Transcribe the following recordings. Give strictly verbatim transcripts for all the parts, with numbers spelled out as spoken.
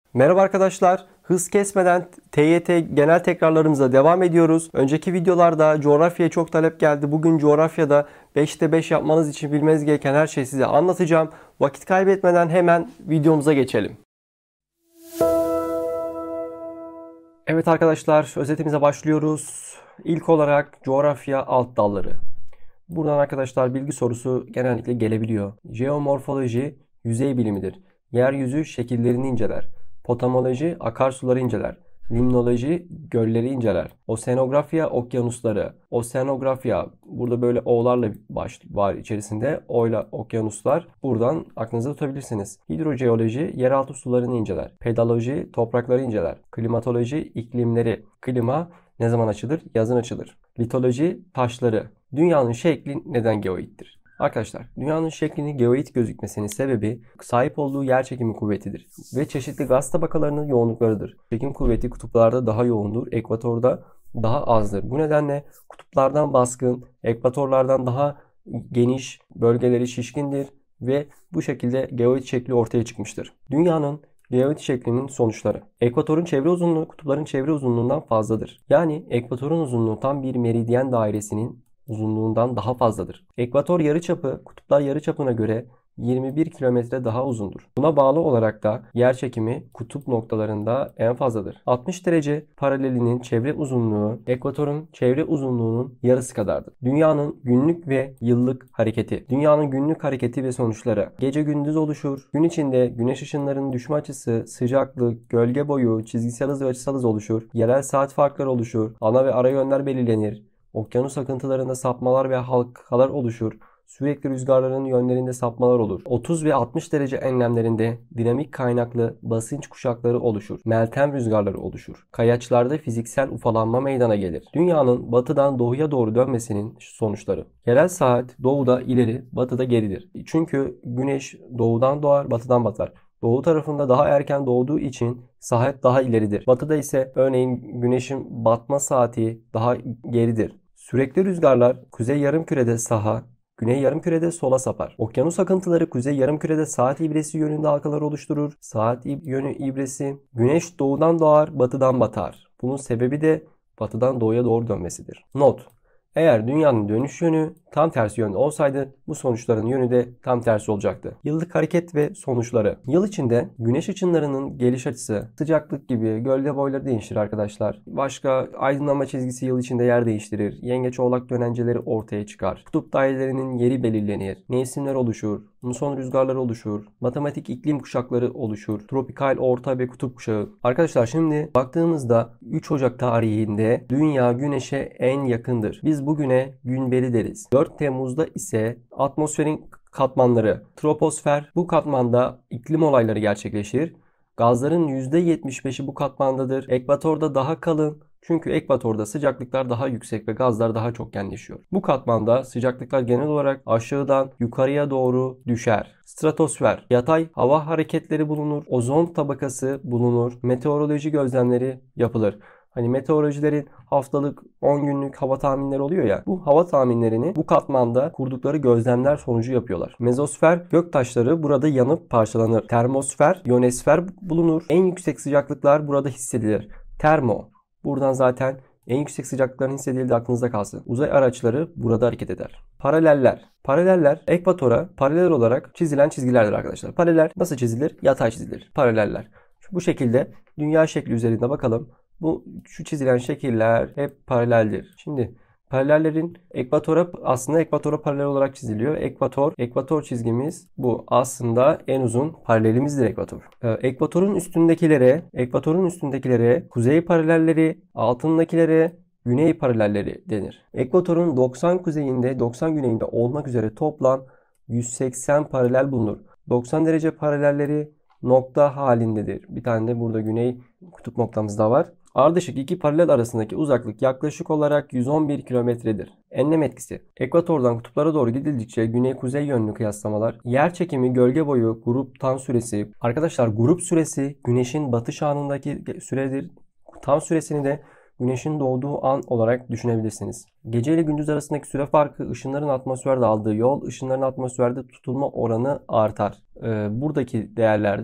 Merhaba arkadaşlar. Hız kesmeden T Y T genel tekrarlarımıza devam ediyoruz. Önceki videolarda coğrafyaya çok talep geldi. Bugün coğrafyada beşte beş yapmanız için bilmeniz gereken her şeyi size anlatacağım. Vakit kaybetmeden hemen videomuza geçelim. Evet arkadaşlar, özetimize başlıyoruz. İlk olarak coğrafya alt dalları. Buradan arkadaşlar bilgi sorusu genellikle gelebiliyor. Jeomorfoloji yüzey bilimidir. Yeryüzü şekillerini inceler. Potamoloji akarsuları inceler. Limnoloji gölleri inceler. Oseanografya okyanusları. Oseanografya burada böyle O'larla baş, var içerisinde. O'yla okyanuslar. Buradan aklınızda tutabilirsiniz. Hidrojeoloji yeraltı sularını inceler. Pedoloji toprakları inceler. Klimatoloji iklimleri. Klima ne zaman açılır? Yazın açılır. Litoloji taşları. Dünyanın şekli neden geoittir? Arkadaşlar, dünyanın şeklinin geoid gözükmesinin sebebi sahip olduğu yerçekimi kuvvetidir ve çeşitli gaz tabakalarının yoğunluklarıdır. Çekim kuvveti kutuplarda daha yoğundur, ekvatorda daha azdır. Bu nedenle kutuplardan baskın, ekvatorlardan daha geniş bölgeleri şişkindir ve bu şekilde geoid şekli ortaya çıkmıştır. Dünyanın geoid şeklinin sonuçları. Ekvatorun çevre uzunluğu kutupların çevre uzunluğundan fazladır. Yani ekvatorun uzunluğu tam bir meridyen dairesinin uzunluğundan daha fazladır. Ekvator yarıçapı kutuplar yarıçapına göre yirmi bir kilometre daha uzundur. Buna bağlı olarak da yerçekimi kutup noktalarında en fazladır. altmış derece paralelinin çevre uzunluğu ekvatorun çevre uzunluğunun yarısı kadardır. Dünyanın günlük ve yıllık hareketi. Dünyanın günlük hareketi ve sonuçları. Gece gündüz oluşur. Gün içinde güneş ışınlarının düşme açısı, sıcaklık, gölge boyu, çizgisel hız ve açısal hız oluşur. Yerel saat farkları oluşur. Ana ve ara yönler belirlenir. Okyanus akıntılarında sapmalar ve halkalar oluşur. Sürekli rüzgarların yönlerinde sapmalar olur. otuz ve altmış derece enlemlerinde dinamik kaynaklı basınç kuşakları oluşur. Meltem rüzgarları oluşur. Kayaçlarda fiziksel ufalanma meydana gelir. Dünyanın batıdan doğuya doğru dönmesinin sonuçları. Yerel saat doğuda ileri, batıda geridir. Çünkü güneş doğudan doğar, batıdan batar. Doğu tarafında daha erken doğduğu için saat daha ileridir. Batıda ise örneğin güneşin batma saati daha geridir. Sürekli rüzgarlar kuzey yarımkürede sağa, güney yarımkürede sola sapar. Okyanus akıntıları kuzey yarımkürede saat ibresi yönünde halkalar oluşturur. Saat yönü ibresi güneş doğudan doğar, batıdan batar. Bunun sebebi de batıdan doğuya doğru dönmesidir. Not: Eğer dünyanın dönüş yönü tam tersi yönde olsaydı bu sonuçların yönü de tam tersi olacaktı. Yıllık hareket ve sonuçları. Yıl içinde güneş ışınlarının geliş açısı, sıcaklık gibi gölge boyları değişir arkadaşlar. Başka aydınlanma çizgisi yıl içinde yer değiştirir. Yengeç oğlak dönenceleri ortaya çıkar. Kutup dairelerinin yeri belirlenir. Mevsimler oluşur. Muson rüzgarları oluşur. Matematik iklim kuşakları oluşur. Tropikal, orta ve kutup kuşağı. Arkadaşlar şimdi baktığımızda üç Ocak tarihinde dünya güneşe en yakındır. Biz bugüne günberi deriz. dört Temmuz'da ise atmosferin katmanları, troposfer, bu katmanda iklim olayları gerçekleşir. Gazların yüzde yetmiş beşi bu katmandadır. Ekvatorda daha kalın. Çünkü ekvatorda sıcaklıklar daha yüksek ve gazlar daha çok genleşiyor. Bu katmanda sıcaklıklar genel olarak aşağıdan yukarıya doğru düşer. Stratosfer, yatay hava hareketleri bulunur. Ozon tabakası bulunur. Meteoroloji gözlemleri yapılır. Hani meteorolojilerin haftalık on günlük hava tahminleri oluyor ya. Bu hava tahminlerini bu katmanda kurdukları gözlemler sonucu yapıyorlar. Mezosfer, göktaşları burada yanıp parçalanır. Termosfer, ionosfer bulunur. En yüksek sıcaklıklar burada hissedilir. Termo. Buradan zaten en yüksek sıcaklıkların hissedildiği aklınızda kalsın. Uzay araçları burada hareket eder. Paraleller. Paraleller ekvatora paralel olarak çizilen çizgilerdir arkadaşlar. Paralel nasıl çizilir? Yatay çizilir. Paraleller. Bu şekilde dünya şekli üzerinde bakalım. Bu şu çizilen şekiller hep paraleldir. Şimdi paralellerin ekvatora aslında ekvatora paralel olarak çiziliyor. Ekvator, ekvator çizgimiz bu. Aslında en uzun paralelimizdir ekvator. Ee, ekvatorun üstündekilere, ekvatorun üstündekilere kuzey paralelleri, altındakilere güney paralelleri denir. Ekvatorun doksan kuzeyinde, doksan güneyinde olmak üzere toplam yüz seksen paralel bulunur. doksan derece paralelleri nokta halindedir. Bir tane de burada güney kutup noktamız da var. Ardışık iki paralel arasındaki uzaklık yaklaşık olarak yüz on bir kilometredir. Enlem etkisi. Ekvatordan kutuplara doğru gidildikçe güney-kuzey yönlü kıyaslamalar, yer çekimi, gölge boyu, grup tan süresi. Arkadaşlar grup süresi güneşin batış anındaki süredir. Tan süresini de güneşin doğduğu an olarak düşünebilirsiniz. Gece ile gündüz arasındaki süre farkı, ışınların atmosferde aldığı yol, ışınların atmosferde tutulma oranı artar. Ee, buradaki değerler de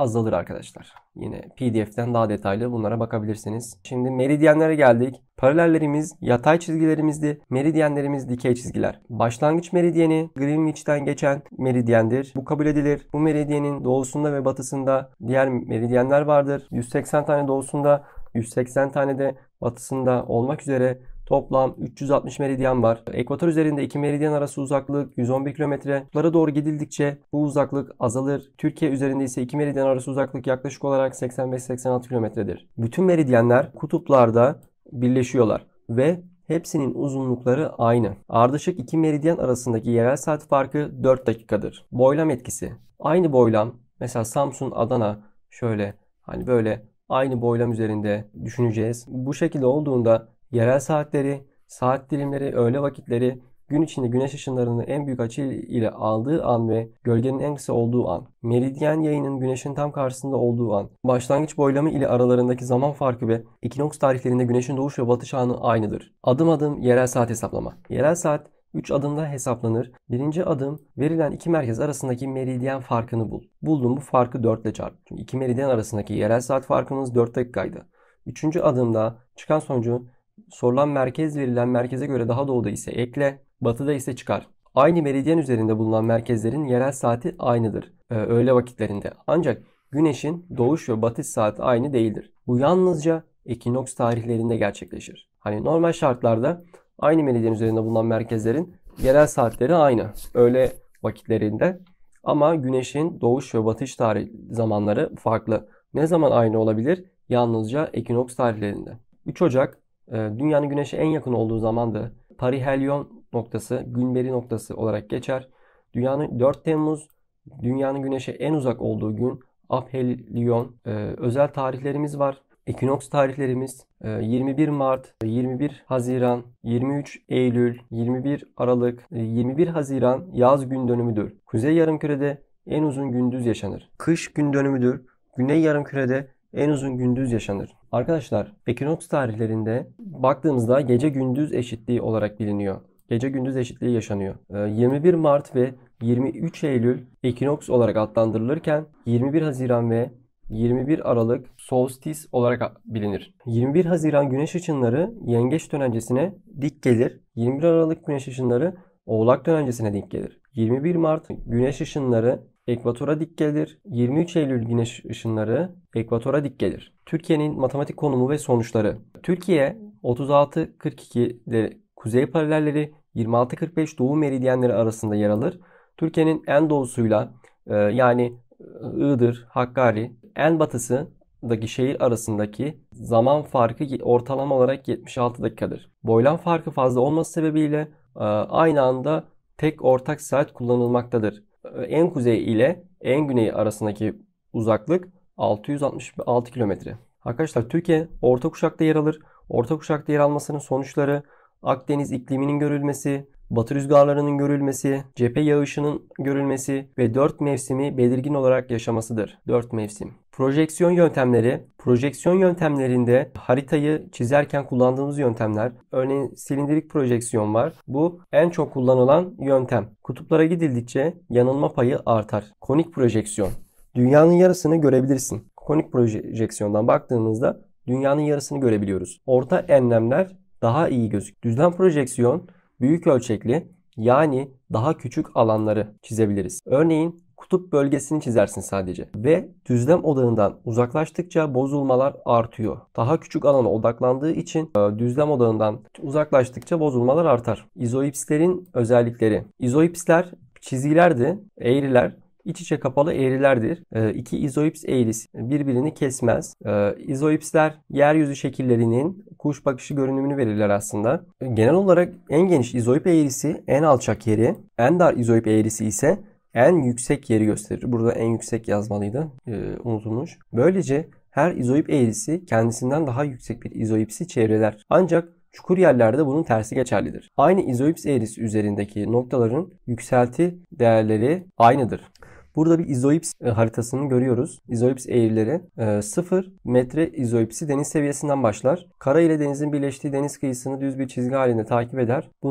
azalır arkadaşlar. Yine P D F'ten daha detaylı bunlara bakabilirsiniz. Şimdi meridyenlere geldik. Paralellerimiz yatay çizgilerimizdi. Meridyenlerimiz dikey çizgiler. Başlangıç meridyeni Greenwich'ten geçen meridyendir. Bu kabul edilir. Bu meridyenin doğusunda ve batısında diğer meridyenler vardır. yüz seksen tane doğusunda, yüz seksen tane de batısında olmak üzere toplam üç yüz altmış meridyen var. Ekvator üzerinde iki meridyen arası uzaklık yüz on bir kilometre. Kutuplara doğru gidildikçe bu uzaklık azalır. Türkiye üzerinde ise iki meridyen arası uzaklık yaklaşık olarak seksen beş seksen altı kilometredir. Bütün meridyenler kutuplarda birleşiyorlar ve hepsinin uzunlukları aynı. Ardışık iki meridyen arasındaki yerel saat farkı dört dakikadır. Boylam etkisi. Aynı boylam mesela Samsun, Adana şöyle hani böyle aynı boylam üzerinde düşüneceğiz. Bu şekilde olduğunda yerel saatleri, saat dilimleri, öğle vakitleri, gün içinde güneş ışınlarını en büyük açı ile aldığı an ve gölgenin en kısa olduğu an, meridyen yayının güneşin tam karşısında olduğu an, başlangıç boylamı ile aralarındaki zaman farkı ve ekinoks tarihlerinde güneşin doğuş ve batış anı aynıdır. Adım adım yerel saat hesaplama. Yerel saat üç adımda hesaplanır. Birinci adım verilen iki merkez arasındaki meridyen farkını bul. Buldum bu farkı dört ile çarp. Çünkü iki meridyen arasındaki yerel saat farkımız dört dakikaydı. Üçüncü adımda çıkan sonucu sorulan merkez verilen merkeze göre daha doğuda ise ekle, batıda ise çıkar. Aynı meridyen üzerinde bulunan merkezlerin yerel saati aynıdır ee, öğle vakitlerinde. Ancak güneşin doğuş ve batış saati aynı değildir. Bu yalnızca ekinoks tarihlerinde gerçekleşir. Hani normal şartlarda aynı meridyen üzerinde bulunan merkezlerin yerel saatleri aynı öğle vakitlerinde. Ama güneşin doğuş ve batış tarih zamanları farklı. Ne zaman aynı olabilir? Yalnızca ekinoks tarihlerinde. üç Ocak Dünyanın Güneş'e en yakın olduğu zamandı. Perihelion noktası, günveri noktası olarak geçer. Dünyanın dört Temmuz, Dünyanın Güneş'e en uzak olduğu gün. Aphelion. Ee, özel tarihlerimiz var. Ekinoks tarihlerimiz yirmi bir Mart, yirmi bir Haziran, yirmi üç Eylül, yirmi bir Aralık, yirmi bir Haziran yaz gün dönümüdür. Kuzey yarımkürede en uzun gündüz yaşanır. Kış gün dönümüdür. Güney yarımkürede en uzun gündüz yaşanır. Arkadaşlar ekinoks tarihlerinde baktığımızda gece gündüz eşitliği olarak biliniyor. Gece gündüz eşitliği yaşanıyor. yirmi bir Mart ve yirmi üç Eylül ekinoks olarak adlandırılırken yirmi bir Haziran ve yirmi bir Aralık solstice olarak bilinir. yirmi bir Haziran güneş ışınları yengeç dönencesine dik gelir. yirmi bir Aralık güneş ışınları oğlak dönencesine dik gelir. yirmi bir Mart güneş ışınları ekvatora dik gelir. yirmi üç Eylül güneş ışınları ekvatora dik gelir. Türkiye'nin matematik konumu ve sonuçları. Türkiye otuz altı kırk iki'de kuzey paralelleri, yirmi altı kırk beş doğu meridyenleri arasında yer alır. Türkiye'nin en doğusuyla yani Iğdır, Hakkari, en batısındaki şehir arasındaki zaman farkı ortalama olarak yetmiş altı dakikadır. Boylam farkı fazla olması sebebiyle aynı anda tek ortak saat kullanılmaktadır. En kuzey ile en güney arasındaki uzaklık altı yüz altmış altı kilometre. Arkadaşlar Türkiye orta kuşakta yer alır. Orta kuşakta yer almasının sonuçları Akdeniz ikliminin görülmesi, batı rüzgarlarının görülmesi, cephe yağışının görülmesi ve dört mevsimi belirgin olarak yaşamasıdır. dört mevsim. Projeksiyon yöntemleri. Projeksiyon yöntemlerinde haritayı çizerken kullandığımız yöntemler. Örneğin silindirik projeksiyon var. Bu en çok kullanılan yöntem. Kutuplara gidildikçe yanılma payı artar. Konik projeksiyon. Dünyanın yarısını görebilirsin. Konik projeksiyondan baktığımızda dünyanın yarısını görebiliyoruz. Orta enlemler daha iyi gözüküyor. Düzlem projeksiyon büyük ölçekli yani daha küçük alanları çizebiliriz. Örneğin kutup bölgesini çizersin sadece ve düzlem odağından uzaklaştıkça bozulmalar artıyor. Daha küçük alana odaklandığı için düzlem odağından uzaklaştıkça bozulmalar artar. İzoipslerin özellikleri. İzoipsler çizgilerdi, eğriler. İç içe kapalı eğrilerdir. E, iki izoips eğrisi birbirini kesmez. E, izoipsler yeryüzü şekillerinin kuş bakışı görünümünü verirler aslında. E, genel olarak en geniş izoip eğrisi en alçak yeri, en dar izoip eğrisi ise en yüksek yeri gösterir. Burada en yüksek yazmalıydı. E, unutulmuş. Böylece her izoip eğrisi kendisinden daha yüksek bir izoipsi çevreler. Ancak çukur yerlerde bunun tersi geçerlidir. Aynı izoips eğrisi üzerindeki noktaların yükselti değerleri aynıdır. Burada bir izoips haritasını görüyoruz. İzoips eğrileri sıfır metre izoipsi deniz seviyesinden başlar. Kara ile denizin birleştiği deniz kıyısını düz bir çizgi halinde takip eder. Buna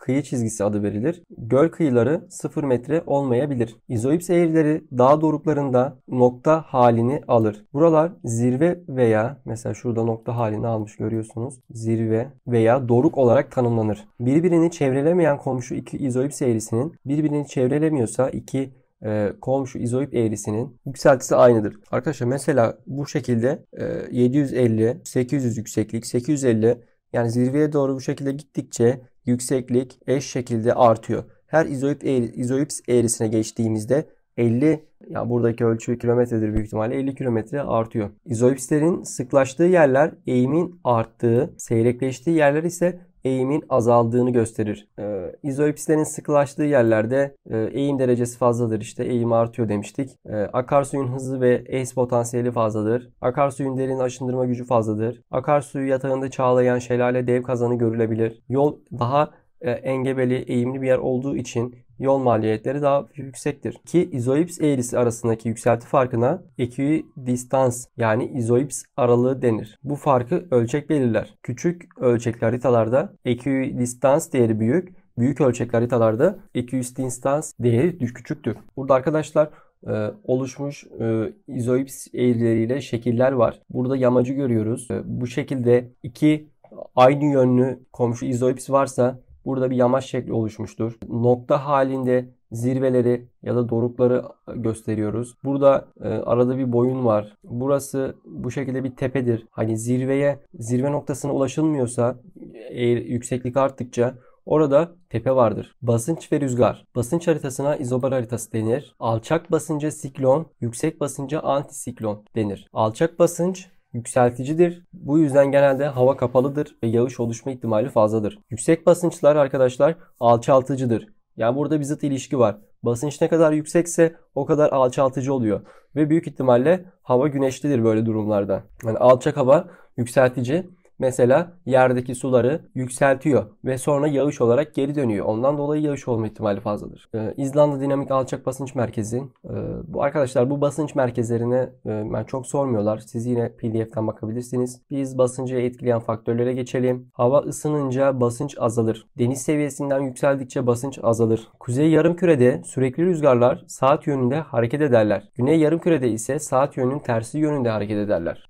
kıyı çizgisi adı verilir. Göl kıyıları sıfır metre olmayabilir. İzoips eğrileri dağ doruklarında nokta halini alır. Buralar zirve veya mesela şurada nokta halini almış görüyorsunuz. Zirve veya doruk olarak tanımlanır. Birbirini çevrelemeyen komşu iki izoips eğrisinin birbirini çevrelemiyorsa iki e, komşu izoip eğrisinin yükseltisi aynıdır. Arkadaşlar mesela bu şekilde e, yedi yüz elli, sekiz yüz yükseklik, sekiz yüz elli yani zirveye doğru bu şekilde gittikçe yükseklik eş şekilde artıyor. Her izoip eğri, izoips eğrisine geçtiğimizde elli, ya buradaki ölçü kilometredir büyük ihtimalle, elli kilometre artıyor. İzoipslerin sıklaştığı yerler eğimin arttığı, seyrekleştiği yerler ise eğimin azaldığını gösterir. Ee, izoipslerin sıkılaştığı yerlerde e, eğim derecesi fazladır. İşte eğim artıyor demiştik. Ee, akarsuyun hızı ve eş potansiyeli fazladır. Akarsuyun derin aşındırma gücü fazladır. Akarsuyu yatağında çağlayan şelale dev kazanı görülebilir. Yol daha e, engebeli, eğimli bir yer olduğu için yol maliyetleri daha yüksektir. Ki izoips eğrisi arasındaki yükselti farkına ekvidistans yani izoips aralığı denir. Bu farkı ölçek belirler. Küçük ölçekli haritalarda ekvidistans değeri büyük, büyük ölçekli haritalarda ekvidistans değeri küçüktür. Burada arkadaşlar e, oluşmuş e, izoips eğrileriyle şekiller var. Burada yamacı görüyoruz. E, bu şekilde iki aynı yönlü komşu izoips varsa burada bir yamaç şekli oluşmuştur. Nokta halinde zirveleri ya da dorukları gösteriyoruz. Burada e, arada bir boyun var. Burası bu şekilde bir tepedir. Hani zirveye, zirve noktasına ulaşılmıyorsa eğer yükseklik arttıkça orada tepe vardır. Basınç ve rüzgar. Basınç haritasına izobar haritası denir. Alçak basınca siklon, yüksek basınca antisiklon denir. Alçak basınç yükselticidir. Bu yüzden genelde hava kapalıdır ve yağış oluşma ihtimali fazladır. Yüksek basınçlar arkadaşlar alçaltıcıdır. Yani burada bir zıt ilişki var. Basınç ne kadar yüksekse o kadar alçaltıcı oluyor. Ve büyük ihtimalle hava güneşlidir böyle durumlarda. Yani alçak hava yükseltici. Mesela yerdeki suları yükseltiyor ve sonra yağış olarak geri dönüyor. Ondan dolayı yağış olma ihtimali fazladır. Ee, İzlanda Dinamik Alçak Basınç Merkezi. Ee, bu arkadaşlar bu basınç merkezlerine e, ben çok sormuyorlar. Siz yine P D F'ten bakabilirsiniz. Biz basıncı etkileyen faktörlere geçelim. Hava ısınınca basınç azalır. Deniz seviyesinden yükseldikçe basınç azalır. Kuzey yarımkürede sürekli rüzgarlar saat yönünde hareket ederler. Güney yarımkürede ise saat yönünün tersi yönünde hareket ederler.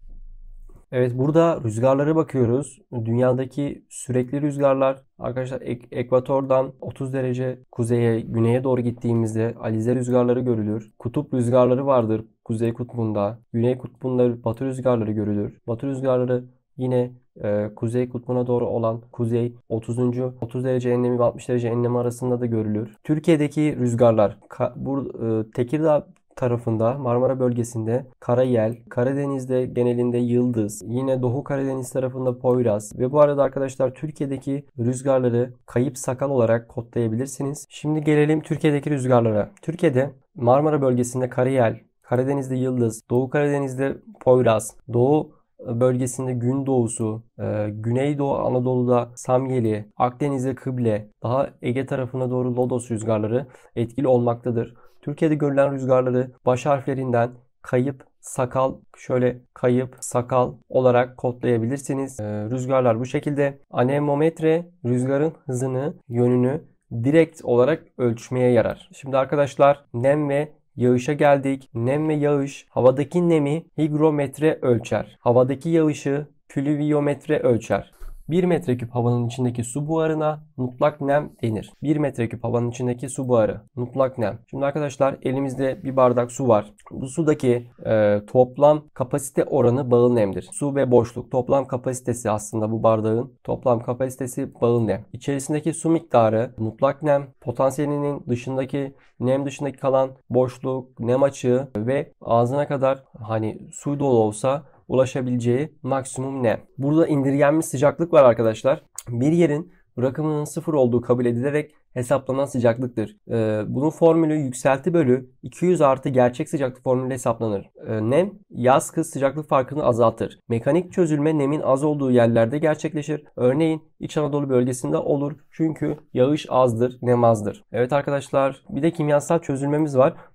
Evet, burada rüzgarlara bakıyoruz. Dünyadaki sürekli rüzgarlar arkadaşlar ek- ekvatordan otuz derece kuzeye, güneye doğru gittiğimizde alize rüzgarları görülür. Kutup rüzgarları vardır kuzey kutbunda. Güney kutbunda batı rüzgarları görülür. Batı rüzgarları yine e, kuzey kutbuna doğru olan kuzey otuzuncu otuz derece enlemi ve altmış derece enlemi arasında da görülür. Türkiye'deki rüzgarlar ka- bur, e, Tekirdağ tarafında Marmara bölgesinde Karayel, Karadeniz'de genelinde Yıldız, yine Doğu Karadeniz tarafında Poyraz ve bu arada arkadaşlar Türkiye'deki rüzgarları kayıp sakal olarak kodlayabilirsiniz. Şimdi gelelim Türkiye'deki rüzgarlara. Türkiye'de Marmara bölgesinde Karayel, Karadeniz'de Yıldız, Doğu Karadeniz'de Poyraz, Doğu bölgesinde Gündoğusu, e, Güneydoğu Anadolu'da Samyeli, Akdeniz'de Kıble, daha Ege tarafına doğru Lodos rüzgarları etkili olmaktadır. Türkiye'de görülen rüzgarları baş harflerinden kayıp, sakal, şöyle kayıp, sakal olarak kodlayabilirsiniz. Ee, rüzgarlar bu şekilde. Anemometre rüzgarın hızını, yönünü direkt olarak ölçmeye yarar. Şimdi arkadaşlar nem ve yağışa geldik. Nem ve yağış havadaki nemi higrometre ölçer. Havadaki yağışı plüviyometre ölçer. bir metreküp havanın içindeki su buharına mutlak nem denir. bir metreküp havanın içindeki su buharı mutlak nem. Şimdi arkadaşlar elimizde bir bardak su var. Bu sudaki e, toplam kapasite oranı bağıl nemdir. Su ve boşluk toplam kapasitesi aslında bu bardağın toplam kapasitesi bağıl nem. İçerisindeki su miktarı mutlak nem, potansiyelinin dışındaki nem dışındaki kalan boşluk, nem açığı ve ağzına kadar hani su dolu olsa ulaşabileceği maksimum nem. Burada indirgenmiş sıcaklık var arkadaşlar. Bir yerin rakımının sıfır olduğu kabul edilerek hesaplanan sıcaklıktır. Ee, bunun formülü yükselti bölü iki yüz artı gerçek sıcaklık formülü hesaplanır. Ee, nem yaz kış sıcaklık farkını azaltır. Mekanik çözülme nemin az olduğu yerlerde gerçekleşir. Örneğin İç Anadolu bölgesinde olur. Çünkü yağış azdır, nem azdır. Evet arkadaşlar bir de kimyasal çözülmemiz var. Bu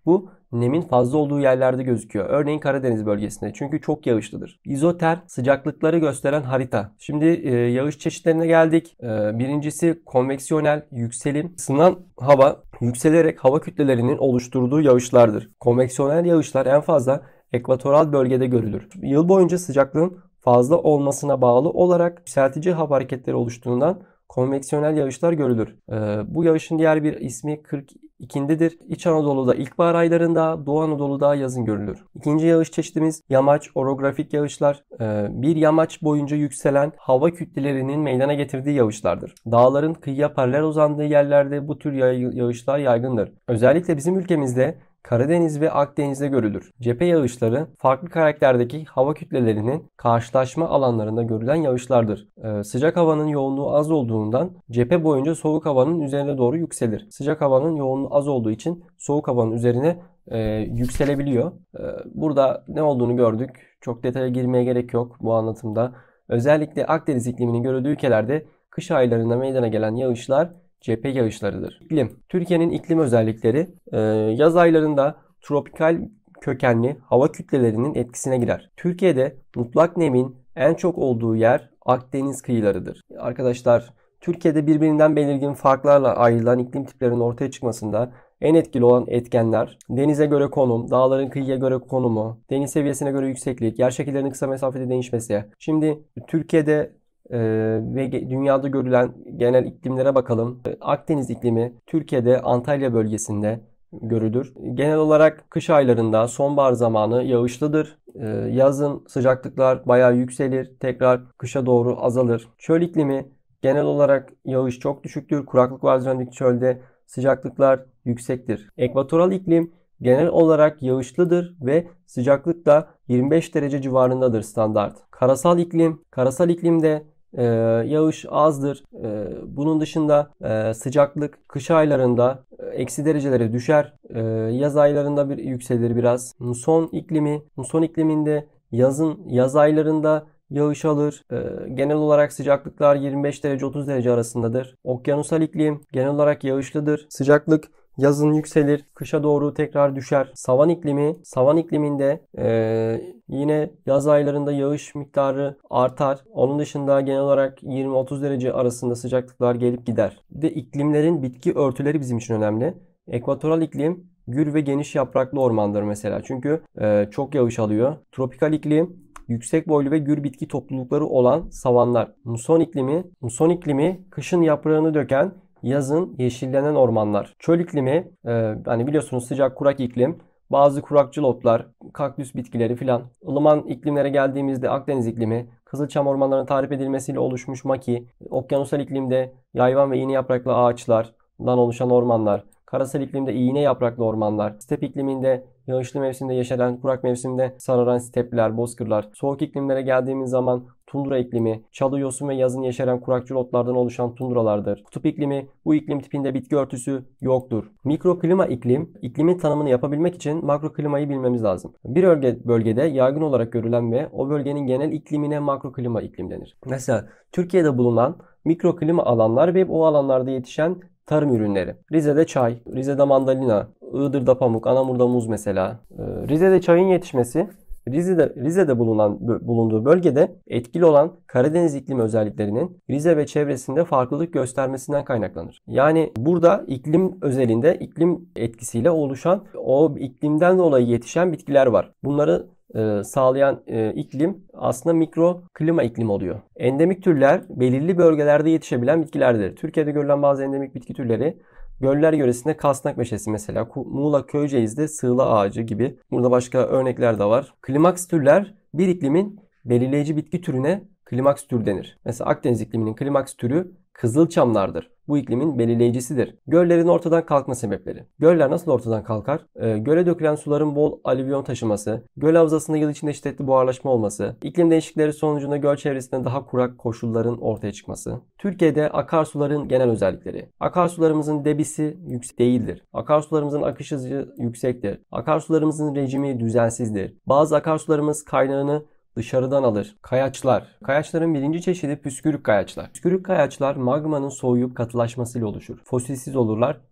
nemin fazla olduğu yerlerde gözüküyor. Örneğin Karadeniz bölgesinde. Çünkü çok yağışlıdır. İzoterm sıcaklıkları gösteren harita. Şimdi e, yağış çeşitlerine geldik. E, birincisi konveksiyonel yükselim. Isınan hava yükselerek hava kütlelerinin oluşturduğu yağışlardır. Konveksiyonel yağışlar en fazla ekvatoral bölgede görülür. Yıl boyunca sıcaklığın fazla olmasına bağlı olarak yükseltici hava hareketleri oluştuğundan konveksiyonel yağışlar görülür. Ee, bu yağışın diğer bir ismi kırk ikindidir. İç Anadolu'da ilkbahar aylarında, Doğu Anadolu'da yazın görülür. İkinci yağış çeşidimiz yamaç orografik yağışlar. Ee, bir yamaç boyunca yükselen hava kütlelerinin meydana getirdiği yağışlardır. Dağların kıyıya paralel uzandığı yerlerde bu tür yağışlar yaygındır. Özellikle bizim ülkemizde Karadeniz ve Akdeniz'de görülür. Cephe yağışları farklı karakterdeki hava kütlelerinin karşılaşma alanlarında görülen yağışlardır. Ee, sıcak havanın yoğunluğu az olduğundan cephe boyunca soğuk havanın üzerine doğru yükselir. Sıcak havanın yoğunluğu az olduğu için soğuk havanın üzerine e, yükselebiliyor. E, burada ne olduğunu gördük. Çok detaya girmeye gerek yok bu anlatımda. Özellikle Akdeniz ikliminin görüldüğü ülkelerde kış aylarında meydana gelen yağışlar cephe yağışlarıdır. İklim. Türkiye'nin iklim özellikleri e, yaz aylarında tropikal kökenli hava kütlelerinin etkisine girer. Türkiye'de mutlak nemin en çok olduğu yer Akdeniz kıyılarıdır. Arkadaşlar, Türkiye'de birbirinden belirgin farklarla ayrılan iklim tiplerinin ortaya çıkmasında en etkili olan etkenler denize göre konum, dağların kıyıya göre konumu, deniz seviyesine göre yükseklik, yer şekillerinin kısa mesafede değişmesi. Şimdi Türkiye'de Ee, ve dünyada görülen genel iklimlere bakalım. Akdeniz iklimi Türkiye'de Antalya bölgesinde görülür. Genel olarak kış aylarında sonbahar zamanı yağışlıdır. Ee, yazın sıcaklıklar bayağı yükselir. Tekrar kışa doğru azalır. Çöl iklimi genel olarak yağış çok düşüktür. Kuraklık var düzenli çölde. Sıcaklıklar yüksektir. Ekvatoral iklim genel olarak yağışlıdır ve sıcaklık da yirmi beş derece civarındadır standart. Karasal iklim, karasal iklimde Ee, yağış azdır. Ee, bunun dışında e, sıcaklık kış aylarında e, eksi derecelere düşer. E, yaz aylarında bir yükselir biraz. Muson iklimi, muson ikliminde yazın yaz aylarında yağış alır. E, genel olarak sıcaklıklar yirmi beş derece otuz derece arasındadır. Okyanusal iklim genel olarak yağışlıdır. Sıcaklık yazın yükselir, kışa doğru tekrar düşer. Savan iklimi, savan ikliminde e, yine yaz aylarında yağış miktarı artar. Onun dışında genel olarak yirmi otuz derece arasında sıcaklıklar gelip gider. Bir de iklimlerin bitki örtüleri bizim için önemli. Ekvatoral iklim gür ve geniş yapraklı ormandır mesela. Çünkü e, çok yağış alıyor. Tropikal iklim yüksek boylu ve gür bitki toplulukları olan savanlar. Muson iklimi, muson iklimi kışın yaprağını döken, yazın yeşillenen ormanlar. Çöl iklimi, e, hani biliyorsunuz sıcak kurak iklim. Bazı kurakçıl otlar, kaktüs bitkileri filan. Ilıman iklimlere geldiğimizde Akdeniz iklimi, Kızılçam ormanlarının tahrip edilmesiyle oluşmuş maki. Okyanusal iklimde yayvan ve iğne yapraklı ağaçlardan oluşan ormanlar. Karasal iklimde iğne yapraklı ormanlar. Step ikliminde yağışlı mevsimde yeşeren, kurak mevsimde sararan stepler, bozkırlar. Soğuk iklimlere geldiğimiz zaman tundra iklimi, çalı, yosun ve yazın yeşeren kurakçıl otlardan oluşan tundralardır. Kutup iklimi, bu iklim tipinde bitki örtüsü yoktur. Mikroklima iklim, iklimin tanımını yapabilmek için makroklimayı bilmemiz lazım. Bir bölge, bölgede yaygın olarak görülen ve o bölgenin genel iklimine makroklima iklim denir. Mesela Türkiye'de bulunan mikroklima alanlar ve o alanlarda yetişen tarım ürünleri. Rize'de çay, Rize'de mandalina, Iğdır'da pamuk, Anamur'da muz mesela. Rize'de çayın yetişmesi, Rize'de, Rize'de bulunan bulunduğu bölgede etkili olan Karadeniz iklimi özelliklerinin Rize ve çevresinde farklılık göstermesinden kaynaklanır. Yani burada iklim özelinde iklim etkisiyle oluşan o iklimden dolayı yetişen bitkiler var. Bunları e, sağlayan e, iklim aslında mikro klima iklim oluyor. Endemik türler belirli bölgelerde yetişebilen bitkilerdir. Türkiye'de görülen bazı endemik bitki türleri göller yöresinde kasnak meşesi mesela, Muğla Köyceğiz'de sığla ağacı gibi. Burada başka örnekler de var. Klimaks türler bir iklimin belirleyici bitki türüne klimaks tür denir. Mesela Akdeniz ikliminin klimaks türü kızılçamlardır. Bu iklimin belirleyicisidir. Göllerin ortadan kalkma sebepleri. Göller nasıl ortadan kalkar? E, göle dökülen suların bol alüvyon taşıması, göl havzasında yıl içinde şiddetli buharlaşma olması, iklim değişiklikleri sonucunda göl çevresinde daha kurak koşulların ortaya çıkması. Türkiye'de akarsuların genel özellikleri. Akarsularımızın debisi yüksek değildir. Akarsularımızın akış hızı yüksektir. Akarsularımızın rejimi düzensizdir. Bazı akarsularımız kaynağını dışarıdan alır. Kayaçlar. Kayaçların birinci çeşidi püskürük kayaçlar. Püskürük kayaçlar magmanın soğuyup katılaşmasıyla oluşur. Fosilsiz olurlar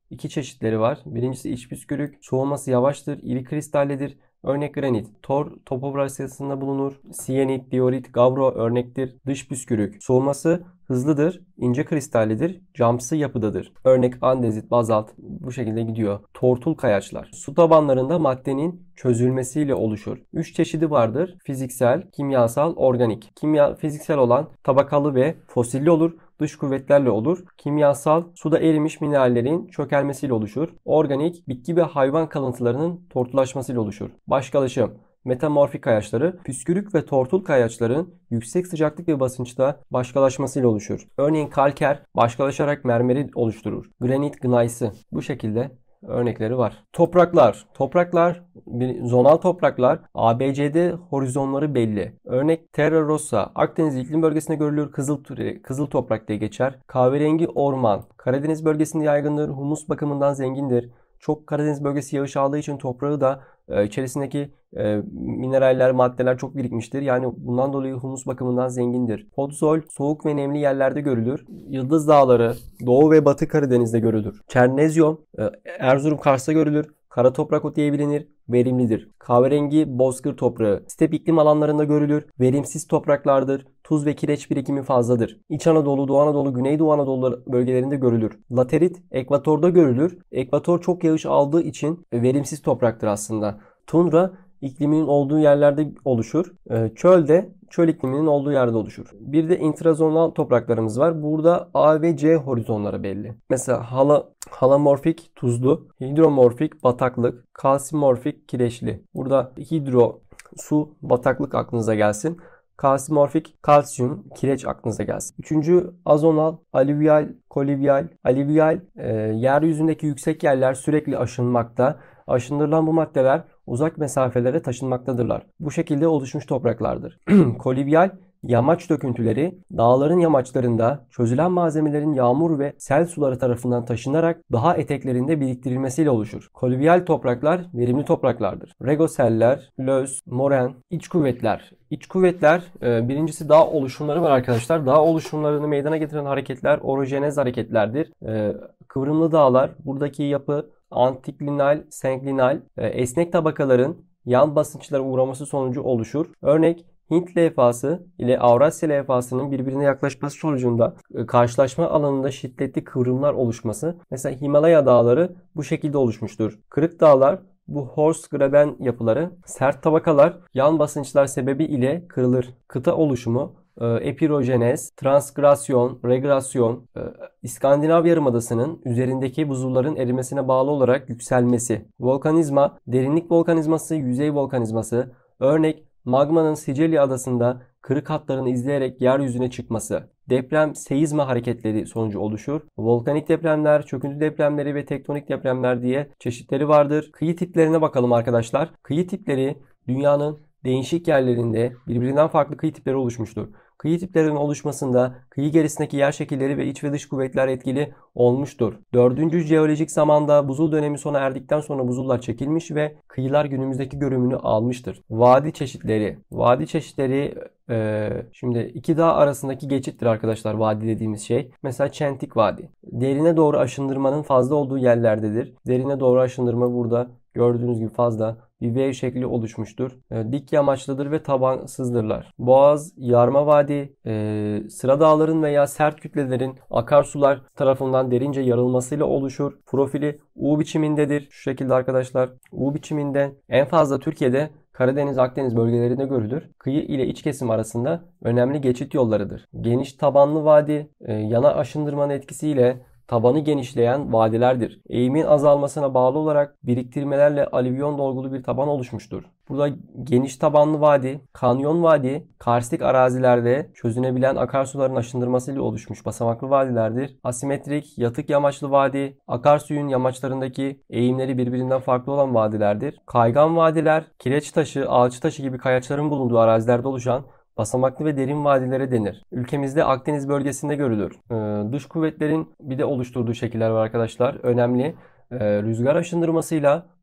iki çeşitleri var. Birincisi iç püskürük. Soğuması yavaştır. İri kristallidir. Örnek granit. Tor topografyasında bulunur. Siyenit, diorit, gavro örnektir. Dış püskürük. Soğuması hızlıdır. İnce kristallidir. Camsı yapıdadır. Örnek andezit, bazalt bu şekilde gidiyor. Tortul kayaçlar. Su tabanlarında maddenin çözülmesiyle oluşur. Üç çeşidi vardır. Fiziksel, kimyasal, organik. Kimya fiziksel olan tabakalı ve fosilli olur. Dış kuvvetlerle olur. Kimyasal, suda erimiş minerallerin çökelmesiyle oluşur. Organik, bitki ve hayvan kalıntılarının tortulaşmasıyla oluşur. Başkalaşım, metamorfik kayaçları, püskürük ve tortul kayaçların yüksek sıcaklık ve basınçta başkalaşmasıyla oluşur. Örneğin kalker başkalaşarak mermeri oluşturur. Granit gnaysı bu şekilde örnekleri var. Topraklar. Topraklar, zonal topraklar A B C'de horizonları belli. Örnek Terra Rossa Akdeniz iklim bölgesinde görülür. Kızıl, kızıl toprak diye geçer. Kahverengi orman Karadeniz bölgesinde yaygındır. Humus bakımından zengindir. Çok Karadeniz bölgesi yağış aldığı için toprağı da e, içerisindeki e, mineraller, maddeler çok birikmiştir. Yani bundan dolayı humus bakımından zengindir. Podzol soğuk ve nemli yerlerde görülür. Yıldız Dağları Doğu ve Batı Karadeniz'de görülür. Çernezyum e, Erzurum Kars'ta görülür. Kara toprak otu diye bilinir. Verimlidir. Kahverengi bozkır toprağı step iklim alanlarında görülür. Verimsiz topraklardır. Tuz ve kireç birikimi fazladır. İç Anadolu, Doğu Anadolu, Güneydoğu Anadolu bölgelerinde görülür. Laterit ekvatorda görülür. Ekvator çok yağış aldığı için verimsiz topraktır aslında. Tundra ikliminin olduğu yerlerde oluşur. Çöl de çöl ikliminin olduğu yerde oluşur. Bir de intrazonal topraklarımız var. Burada A ve C horizonları belli. Mesela hala, halamorfik tuzlu, hidromorfik bataklık, kalsimorfik kireçli. Burada hidro su, bataklık aklınıza gelsin. Kalsimorfik kalsiyum, kireç aklınıza gelsin. Üçüncü azonal, alüvyal, kolivyal. Alüvyal e, yeryüzündeki yüksek yerler sürekli aşınmakta. Aşındırılan bu maddeler uzak mesafelere taşınmaktadırlar. Bu şekilde oluşmuş topraklardır. Kolivyal yamaç döküntüleri dağların yamaçlarında çözülen malzemelerin yağmur ve sel suları tarafından taşınarak daha eteklerinde biriktirilmesiyle oluşur. Kolivyal topraklar verimli topraklardır. Regoseller, löz, moren, iç kuvvetler. İç kuvvetler birincisi dağ oluşumları var arkadaşlar. Dağ oluşumlarını meydana getiren hareketler orojenez hareketlerdir. Kıvrımlı dağlar buradaki yapı antiklinal, senklinal, esnek tabakaların yan basınçlara uğraması sonucu oluşur. Örnek Hint levhası ile Avrasya levhasının birbirine yaklaşması sonucunda karşılaşma alanında şiddetli kıvrımlar oluşması. Mesela Himalaya dağları bu şekilde oluşmuştur. Kırık dağlar bu Horst-Graben yapıları, sert tabakalar yan basınçlar sebebi ile kırılır. Kıta oluşumu, epirojenez, transgrasyon, regresyon, İskandinav Yarımadası'nın üzerindeki buzulların erimesine bağlı olarak yükselmesi. Volkanizma, derinlik volkanizması, yüzey volkanizması. Örnek magmanın Sicilya adasında kırık hatlarını izleyerek yeryüzüne çıkması. Deprem, seizma hareketleri sonucu oluşur. Volkanik depremler, çöküntü depremleri ve tektonik depremler diye çeşitleri vardır. Kıyı tiplerine bakalım arkadaşlar. Kıyı tipleri dünyanın değişik yerlerinde birbirinden farklı kıyı tipleri oluşmuştur. Kıyı tiplerinin oluşmasında kıyı gerisindeki yer şekilleri ve iç ve dış kuvvetler etkili olmuştur. Dördüncü jeolojik zamanda buzul dönemi sona erdikten sonra buzullar çekilmiş ve kıyılar günümüzdeki görünümünü almıştır. Vadi çeşitleri. Vadi çeşitleri e, şimdi iki dağ arasındaki geçittir arkadaşlar vadi dediğimiz şey. Mesela Çentik Vadi. Derine doğru aşındırmanın fazla olduğu yerlerdedir. Derine doğru aşındırma burada gördüğünüz gibi fazla bir V şekli oluşmuştur. E, dik yamaçlıdır ve tabansızdırlar. Boğaz, Yarma Vadi, e, sıra dağların veya sert kütlelerin akarsular tarafından derince yarılmasıyla oluşur. Profili U biçimindedir. Şu şekilde arkadaşlar. U biçiminde en fazla Türkiye'de Karadeniz, Akdeniz bölgelerinde görülür. Kıyı ile iç kesim arasında önemli geçit yollarıdır. Geniş tabanlı vadi, e, yana aşındırmanın etkisiyle tabanı genişleyen vadilerdir. Eğimin azalmasına bağlı olarak biriktirmelerle alüvyon dolgulu bir taban oluşmuştur. Burada geniş tabanlı vadi, kanyon vadi, karstik arazilerde çözünebilen akarsuların aşındırmasıyla oluşmuş basamaklı vadilerdir. Asimetrik, yatık yamaçlı vadi, akarsuyun yamaçlarındaki eğimleri birbirinden farklı olan vadilerdir. Kaygan vadiler, kireç taşı, ağaç taşı gibi kayaçların bulunduğu arazilerde oluşan basamaklı ve derin vadilere denir. Ülkemizde Akdeniz bölgesinde görülür. Ee, dış kuvvetlerin bir de oluşturduğu şekiller var arkadaşlar. Önemli. Ee, rüzgar aşındırmasıyla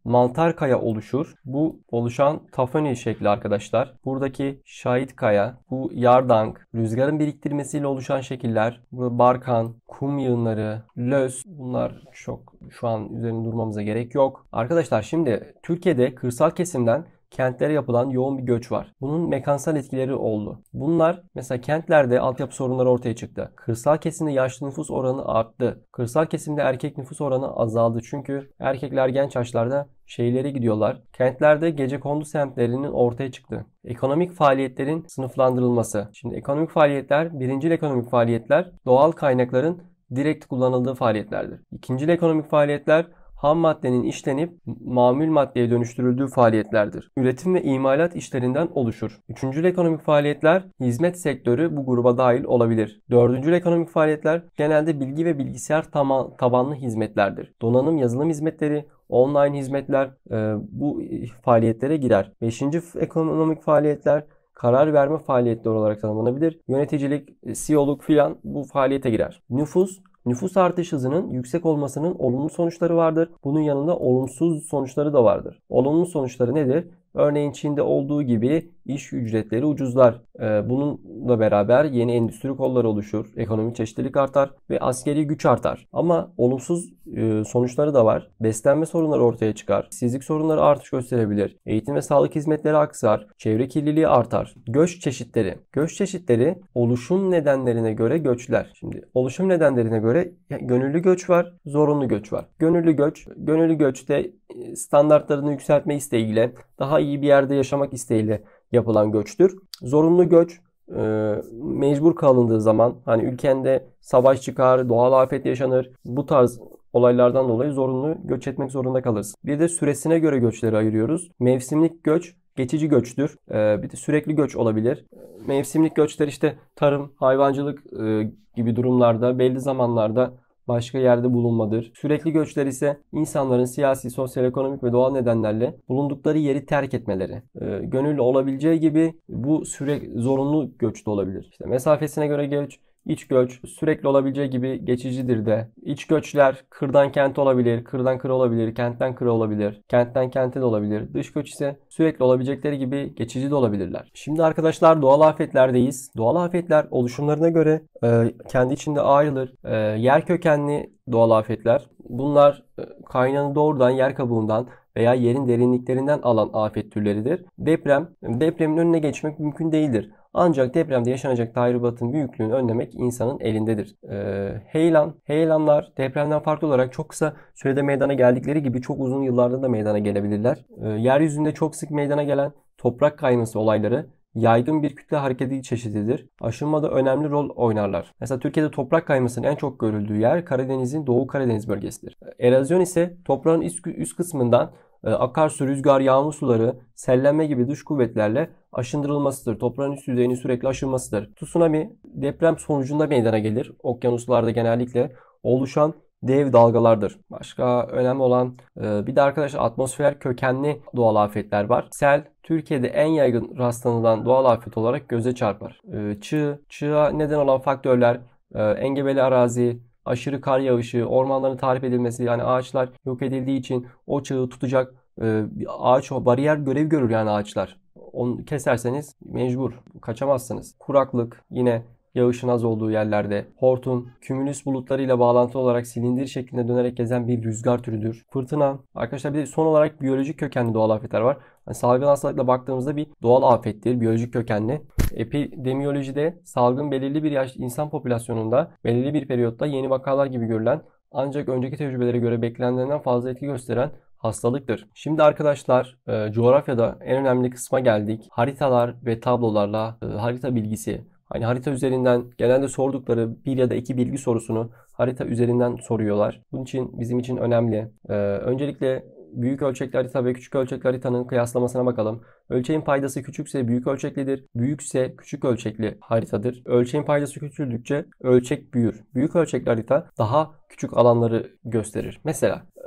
mantar kaya oluşur. Bu oluşan tafoni şekli arkadaşlar. Buradaki şahit kaya, bu yardank, rüzgarın biriktirmesiyle oluşan şekiller, bu barkan, kum yığınları, löz, bunlar çok şu an üzerinde durmamıza gerek yok. Arkadaşlar şimdi Türkiye'de kırsal kesimden kentlere yapılan yoğun bir göç var. Bunun mekansal etkileri oldu. Bunlar mesela kentlerde altyapı sorunları ortaya çıktı. Kırsal kesimde yaşlı nüfus oranı arttı. Kırsal kesimde erkek nüfus oranı azaldı. Çünkü erkekler genç yaşlarda şehirlere gidiyorlar. Kentlerde gecekondu semtlerinin ortaya çıktı. Ekonomik faaliyetlerin sınıflandırılması. Şimdi ekonomik faaliyetler, birincil ekonomik faaliyetler doğal kaynakların direkt kullanıldığı faaliyetlerdir. İkincil ekonomik faaliyetler ham maddenin işlenip mamul maddeye dönüştürüldüğü faaliyetlerdir. Üretim ve imalat işlerinden oluşur. Üçüncül ekonomik faaliyetler hizmet sektörü bu gruba dahil olabilir. Dördüncül ekonomik faaliyetler genelde bilgi ve bilgisayar tabanlı hizmetlerdir. Donanım, yazılım hizmetleri, online hizmetler e, bu faaliyetlere girer. Beşinci ekonomik faaliyetler karar verme faaliyetleri olarak tanımlanabilir. Yöneticilik, C E O'luk filan bu faaliyete girer. Nüfus Nüfus artış hızının yüksek olmasının olumlu sonuçları vardır. Bunun yanında olumsuz sonuçları da vardır. Olumlu sonuçları nedir? Örneğin Çin'de olduğu gibi iş ücretleri ucuzlar. Bununla beraber yeni endüstri kolları oluşur. Ekonomik çeşitlilik artar ve askeri güç artar. Ama olumsuz sonuçları da var. Beslenme sorunları ortaya çıkar. İşsizlik sorunları artış gösterebilir. Eğitim ve sağlık hizmetleri aksar. Çevre kirliliği artar. Göç çeşitleri. Göç çeşitleri oluşum nedenlerine göre göçler. Şimdi oluşum nedenlerine göre gönüllü göç var, zorunlu göç var. Gönüllü göç, gönüllü göçte standartlarını yükseltme isteğiyle, daha iyi bir yerde yaşamak isteğiyle yapılan göçtür. Zorunlu göç e, mecbur kalındığı zaman, hani ülkende savaş çıkar, doğal afet yaşanır, bu tarz olaylardan dolayı zorunlu göç etmek zorunda kalırsın. Bir de süresine göre göçleri ayırıyoruz. Mevsimlik göç geçici göçtür. E, bir de sürekli göç olabilir. Mevsimlik göçler işte tarım, hayvancılık e, gibi durumlarda belli zamanlarda başka yerde bulunmadır. Sürekli göçler ise insanların siyasi, sosyal, ekonomik ve doğal nedenlerle bulundukları yeri terk etmeleri. E, gönüllü olabileceği gibi bu sürekli zorunlu göç de olabilir. İşte mesafesine göre göç, iç göç sürekli olabileceği gibi geçicidir de. İç göçler kırdan kente olabilir, kırdan kıra olabilir, kentten kıra olabilir, kentten kente de olabilir. Dış göç ise sürekli olabilecekleri gibi geçici de olabilirler. Şimdi arkadaşlar doğal afetlerdeyiz. Doğal afetler oluşumlarına göre e, kendi içinde ayrılır. E, yer kökenli doğal afetler. Bunlar e, kaynağını doğrudan yer kabuğundan veya yerin derinliklerinden alan afet türleridir. Deprem, depremin önüne geçmek mümkün değildir. Ancak depremde yaşanacak tahribatın büyüklüğünü önlemek insanın elindedir. Ee, heyelan, heyelanlar depremden farklı olarak çok kısa sürede meydana geldikleri gibi çok uzun yıllarda da meydana gelebilirler. Ee, yeryüzünde çok sık meydana gelen toprak kayması olayları yaygın bir kütle hareketi çeşididir. Aşınmada önemli rol oynarlar. Mesela Türkiye'de toprak kaymasının en çok görüldüğü yer Karadeniz'in Doğu Karadeniz bölgesidir. Erozyon ise toprağın üst, üst kısmından akarsu, rüzgar, yağmur suları, sellenme gibi dış kuvvetlerle aşındırılmasıdır. Toprağın üst yüzeyinin sürekli aşınmasıdır. Tsunami deprem sonucunda meydana gelir. Okyanuslarda genellikle oluşan dev dalgalardır. Başka önemli olan bir de arkadaşlar atmosfer kökenli doğal afetler var. Sel Türkiye'de en yaygın rastlanılan doğal afet olarak göze çarpar. Çığ, çığ'a neden olan faktörler engebeli arazi, aşırı kar yağışı, ormanların tahrip edilmesi, yani ağaçlar yok edildiği için o çığı tutacak bir ağaç bariyer görev görür yani ağaçlar. Onu keserseniz mecbur kaçamazsınız. Kuraklık yine yağışın az olduğu yerlerde. Hortum, kümülüs bulutlarıyla bağlantılı olarak silindir şeklinde dönerek gezen bir rüzgar türüdür. Fırtına. Arkadaşlar bir de son olarak biyolojik kökenli doğal afetler var. Yani salgın hastalıkla baktığımızda bir doğal afettir, biyolojik kökenli. Epidemiyolojide salgın belirli bir yaş insan popülasyonunda belirli bir periyotta yeni vakalar gibi görülen ancak önceki tecrübelere göre beklenenden fazla etki gösteren hastalıktır. Şimdi arkadaşlar e, coğrafyada en önemli kısma geldik. Haritalar ve tablolarla e, harita bilgisi. Hani harita üzerinden genelde sordukları bir ya da iki bilgi sorusunu harita üzerinden soruyorlar. Bunun için bizim için önemli. Ee, öncelikle büyük ölçekli harita ve küçük ölçekli haritanın kıyaslamasına bakalım. Ölçeğin paydası küçükse büyük ölçeklidir. Büyükse küçük ölçekli haritadır. Ölçeğin paydası küçüldükçe ölçek büyür. Büyük ölçekli harita daha küçük alanları gösterir. Mesela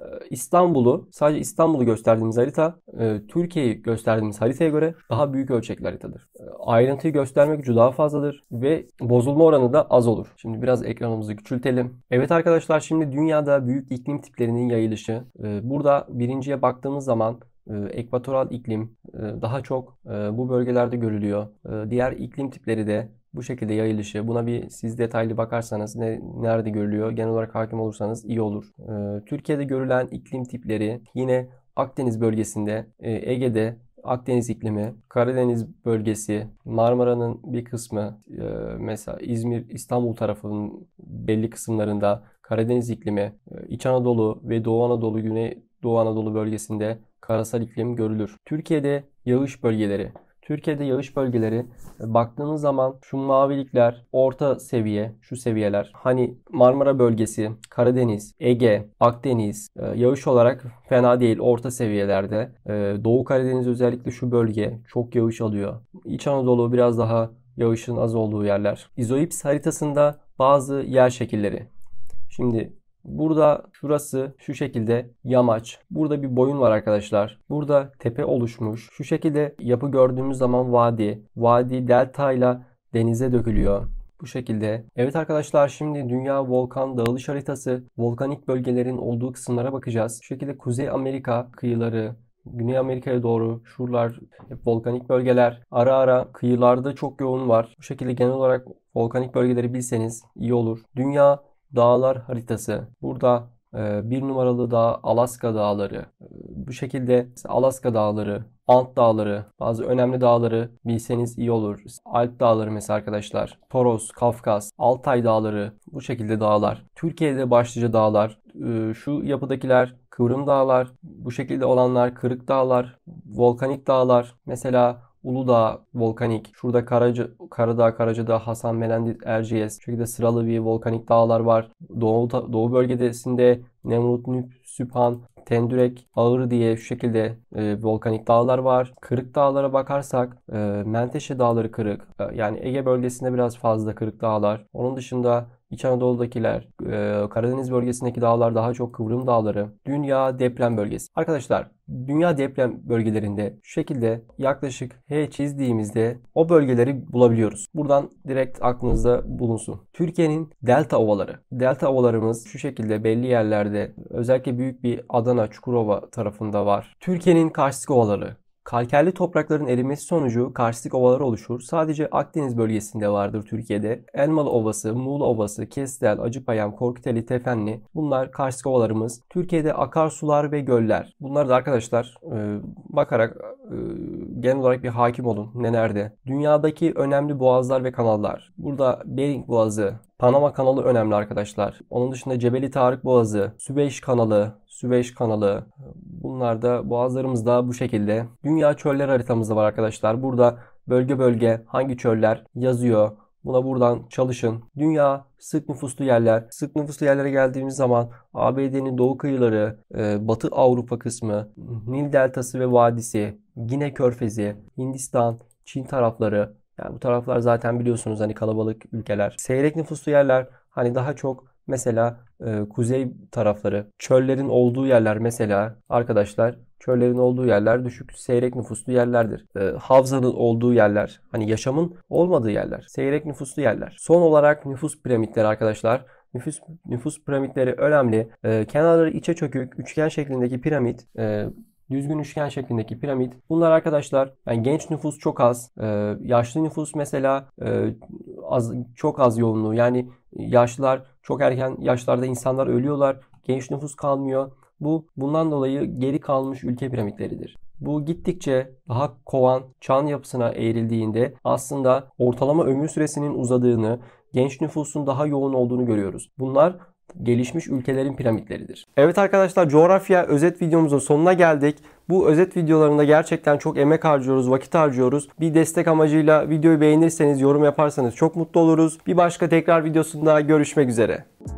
İstanbul'u, sadece İstanbul'u gösterdiğimiz harita Türkiye'yi gösterdiğimiz haritaya göre daha büyük ölçekli haritadır. Ayrıntıyı gösterme gücü daha fazladır ve bozulma oranı da az olur. Şimdi biraz ekranımızı küçültelim. Evet arkadaşlar, şimdi dünyada büyük iklim tiplerinin yayılışı. Burada birinciye baktığımız zaman ekvatoral iklim daha çok bu bölgelerde görülüyor. Diğer iklim tipleri de bu şekilde yayılışı. Buna bir siz detaylı bakarsanız, ne, nerede görülüyor, genel olarak hakim olursanız iyi olur. Türkiye'de görülen iklim tipleri yine Akdeniz bölgesinde, Ege'de Akdeniz iklimi, Karadeniz bölgesi, Marmara'nın bir kısmı, mesela İzmir, İstanbul tarafının belli kısımlarında Karadeniz iklimi, İç Anadolu ve Doğu Anadolu, Güney Doğu Anadolu bölgesinde karasal iklim görülür. Türkiye'de yağış bölgeleri. Türkiye'de yağış bölgeleri baktığınız zaman şu mavilikler orta seviye, şu seviyeler. Hani Marmara bölgesi, Karadeniz, Ege, Akdeniz yağış olarak fena değil, orta seviyelerde. Doğu Karadeniz özellikle şu bölge çok yağış alıyor. İç Anadolu biraz daha yağışın az olduğu yerler. İzoips haritasında bazı yer şekilleri. Şimdi burada şurası şu şekilde yamaç. Burada bir boyun var arkadaşlar. Burada tepe oluşmuş. Şu şekilde yapı gördüğümüz zaman vadi. Vadi delta ile denize dökülüyor. Bu şekilde. Evet arkadaşlar, şimdi dünya volkan dağılış haritası. Volkanik bölgelerin olduğu kısımlara bakacağız. Şu şekilde Kuzey Amerika kıyıları, Güney Amerika'ya doğru şuralar hep volkanik bölgeler. Ara ara kıyılarda çok yoğun var. Bu şekilde genel olarak volkanik bölgeleri bilseniz iyi olur. Dünya dağlar haritası. Burada e, bir numaralı dağ Alaska dağları. E, bu şekilde Alaska dağları, Ant dağları, bazı önemli dağları bilseniz iyi olur. Alp dağları mesela arkadaşlar. Toros, Kafkas, Altay dağları, bu şekilde dağlar. Türkiye'de başlıca dağlar. E, şu yapıdakiler Kıvrım dağlar, bu şekilde olanlar Kırık dağlar, volkanik dağlar. Mesela Uludağ volkanik. Şurada Karaca, Karadağ, Karacadağ, Hasan, Menendiz, Erciyes. Şu şekilde sıralı bir volkanik dağlar var. Doğu, Doğu bölgesinde Nemrut, Nüp, Süphan, Tendürek, Ağrı diye şu şekilde e, volkanik dağlar var. Kırık dağlara bakarsak e, Menteşe dağları kırık. E, yani Ege bölgesinde biraz fazla kırık dağlar. Onun dışında İç Anadolu'dakiler, e, Karadeniz bölgesindeki dağlar daha çok kıvrım dağları. Dünya deprem bölgesi. Arkadaşlar, dünya deprem bölgelerinde şu şekilde yaklaşık H çizdiğimizde o bölgeleri bulabiliyoruz. Buradan direkt aklınızda bulunsun. Türkiye'nin delta ovaları. Delta ovalarımız şu şekilde belli yerlerde, özellikle büyük bir Adana, Çukurova tarafında var. Türkiye'nin karstik ovaları. Kalkerli toprakların erimesi sonucu karstik ovalar oluşur. Sadece Akdeniz bölgesinde vardır Türkiye'de. Elmalı Ovası, Muğla Ovası, Kestel, Acıpayam, Korkuteli, Tefenli, bunlar karstik ovalarımız. Türkiye'de akarsular ve göller. Bunlar da arkadaşlar e, bakarak e, genel olarak bir hakim olun ne nerede. Dünyadaki önemli boğazlar ve kanallar. Burada Bering Boğazı, Panama Kanalı önemli arkadaşlar. Onun dışında Cebeli Tarık Boğazı, Süveyş Kanalı, Süveyş Kanalı. Bunlar da boğazlarımız da bu şekilde. Dünya çöller haritamızda var arkadaşlar. Burada bölge bölge hangi çöller yazıyor. Buna buradan çalışın. Dünya sık nüfuslu yerler. Sık nüfuslu yerlere geldiğimiz zaman A B D'nin doğu kıyıları, Batı Avrupa kısmı, Nil Deltası ve Vadisi, Gine Körfezi, Hindistan, Çin tarafları. Yani bu taraflar zaten biliyorsunuz hani kalabalık ülkeler. Seyrek nüfuslu yerler hani daha çok mesela e, kuzey tarafları. Çöllerin olduğu yerler mesela arkadaşlar. Çöllerin olduğu yerler düşük seyrek nüfuslu yerlerdir. E, havzanın olduğu yerler, hani yaşamın olmadığı yerler. Seyrek nüfuslu yerler. Son olarak nüfus piramitleri arkadaşlar. Nüfus, nüfus piramitleri önemli. E, kenarları içe çökük, üçgen şeklindeki piramit. E, Düzgün üçgen şeklindeki piramit. Bunlar arkadaşlar yani genç nüfus çok az. Ee, yaşlı nüfus mesela e, az, çok az yoğunluğu. Yani yaşlılar çok erken yaşlarda insanlar ölüyorlar. Genç nüfus kalmıyor. Bu bundan dolayı geri kalmış ülke piramitleridir. Bu gittikçe daha kovan, çan yapısına eğrildiğinde aslında ortalama ömür süresinin uzadığını, genç nüfusun daha yoğun olduğunu görüyoruz. Bunlar gelişmiş ülkelerin piramitleridir. Evet arkadaşlar, coğrafya özet videomuzun sonuna geldik. Bu özet videolarında gerçekten çok emek harcıyoruz, vakit harcıyoruz. Bir destek amacıyla videoyu beğenirseniz, yorum yaparsanız çok mutlu oluruz. Bir başka tekrar videosunda görüşmek üzere.